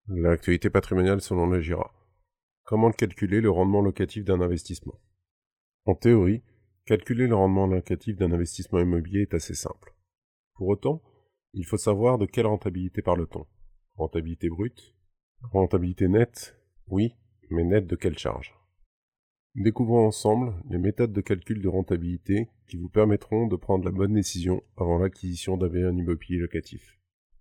L'actualité patrimoniale selon le GIRA. Comment calculer le rendement locatif d'un investissement? En théorie, calculer le rendement locatif d'un investissement immobilier est assez simple. Pour autant, il faut savoir de quelle rentabilité parle-t-on. Rentabilité brute? Rentabilité nette? Oui, mais nette de quelle charge? Découvrons ensemble les méthodes de calcul de rentabilité qui vous permettront de prendre la bonne décision avant l'acquisition d'un bien immobilier locatif.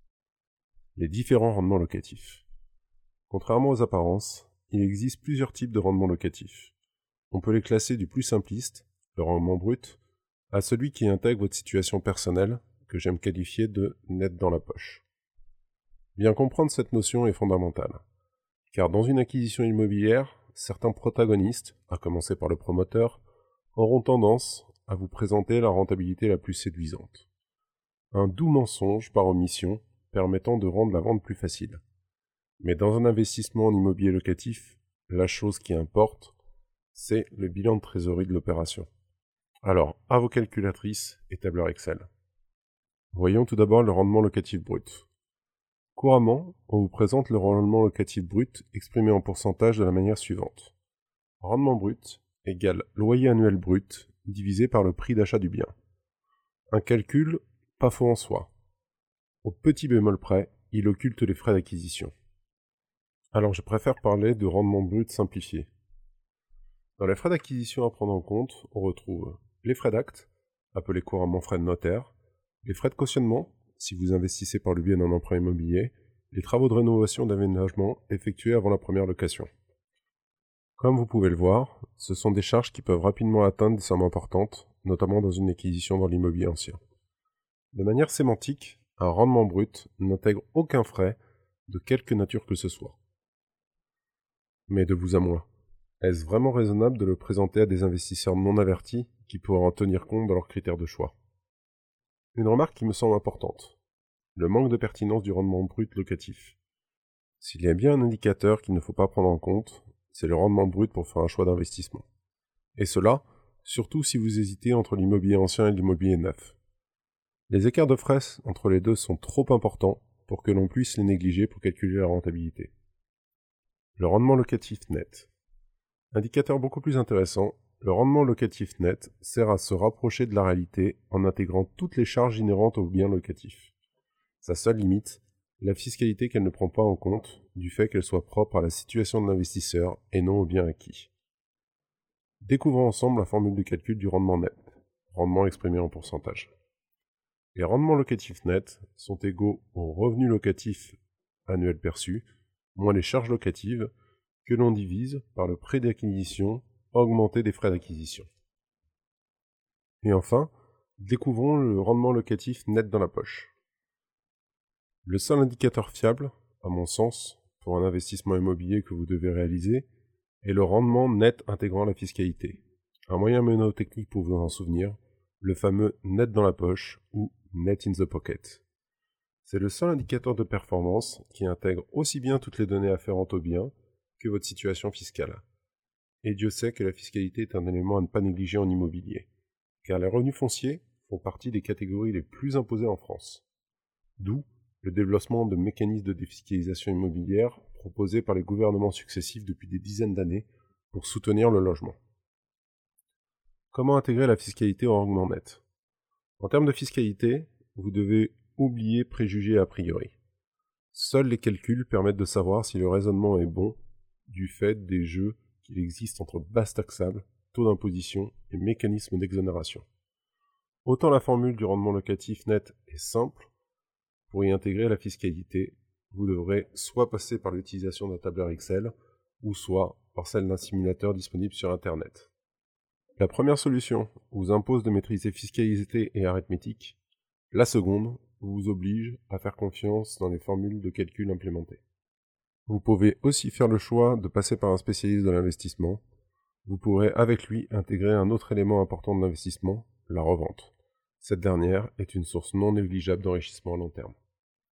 Les différents rendements locatifs. Contrairement aux apparences, il existe plusieurs types de rendements locatifs. On peut les classer du plus simpliste, le rendement brut, à celui qui intègre votre situation personnelle, que j'aime qualifier de net dans la poche. Bien comprendre cette notion est fondamental, car dans une acquisition immobilière, certains protagonistes, à commencer par le promoteur, auront tendance à vous présenter la rentabilité la plus séduisante. Un doux mensonge par omission permettant de rendre la vente plus facile. Mais dans un investissement en immobilier locatif, la chose qui importe, c'est le bilan de trésorerie de l'opération. Alors, à vos calculatrices et tableurs Excel. Voyons tout d'abord le rendement locatif brut. Couramment, on vous présente le rendement locatif brut exprimé en pourcentage de la manière suivante. Rendement brut égale loyer annuel brut divisé par le prix d'achat du bien. Un calcul pas faux en soi. Au petit bémol près, il occulte les frais d'acquisition. Alors je préfère parler de rendement brut simplifié. Dans les frais d'acquisition à prendre en compte, on retrouve les frais d'acte, appelés couramment frais de notaire, les frais de cautionnement, si vous investissez par le biais d'un emprunt immobilier, les travaux de rénovation d'aménagement effectués avant la première location. Comme vous pouvez le voir, ce sont des charges qui peuvent rapidement atteindre des sommes importantes, notamment dans une acquisition dans l'immobilier ancien. De manière sémantique, un rendement brut n'intègre aucun frais de quelque nature que ce soit. Mais de vous à moi, est-ce vraiment raisonnable de le présenter à des investisseurs non avertis qui pourraient en tenir compte dans leurs critères de choix? Une remarque qui me semble importante. Le manque de pertinence du rendement brut locatif. S'il y a bien un indicateur qu'il ne faut pas prendre en compte, c'est le rendement brut pour faire un choix d'investissement. Et cela, surtout si vous hésitez entre l'immobilier ancien et l'immobilier neuf. Les écarts de frais entre les deux sont trop importants pour que l'on puisse les négliger pour calculer la rentabilité. Le rendement locatif net. Indicateur beaucoup plus intéressant, le rendement locatif net sert à se rapprocher de la réalité en intégrant toutes les charges inhérentes au bien locatif. Sa seule limite, la fiscalité qu'elle ne prend pas en compte du fait qu'elle soit propre à la situation de l'investisseur et non au bien acquis. Découvrons ensemble la formule de calcul du rendement net, rendement exprimé en pourcentage. Les rendements locatifs nets sont égaux au revenu locatif annuel perçu, moins les charges locatives, que l'on divise par le prix d'acquisition augmenté des frais d'acquisition. Et enfin, découvrons le rendement locatif net dans la poche. Le seul indicateur fiable, à mon sens, pour un investissement immobilier que vous devez réaliser, est le rendement net intégrant la fiscalité. Un moyen mnémotechnique pour vous en souvenir, le fameux net dans la poche ou net in the pocket. C'est le seul indicateur de performance qui intègre aussi bien toutes les données afférentes au bien que votre situation fiscale. Et Dieu sait que la fiscalité est un élément à ne pas négliger en immobilier, car les revenus fonciers font partie des catégories les plus imposées en France. D'où le développement de mécanismes de défiscalisation immobilière proposés par les gouvernements successifs depuis des dizaines d'années pour soutenir le logement. Comment intégrer la fiscalité au rendement net? En termes de fiscalité, vous devez oublier préjugés a priori. Seuls les calculs permettent de savoir si le raisonnement est bon du fait des jeux qu'il existe entre base taxable, taux d'imposition et mécanismes d'exonération. Autant la formule du rendement locatif net est simple, pour y intégrer la fiscalité, vous devrez soit passer par l'utilisation d'un tableur Excel, ou soit par celle d'un simulateur disponible sur Internet. La première solution vous impose de maîtriser fiscalité et arithmétique. La seconde vous oblige à faire confiance dans les formules de calcul implémentées. Vous pouvez aussi faire le choix de passer par un spécialiste de l'investissement. Vous pourrez avec lui intégrer un autre élément important de l'investissement, la revente. Cette dernière est une source non négligeable d'enrichissement à long terme.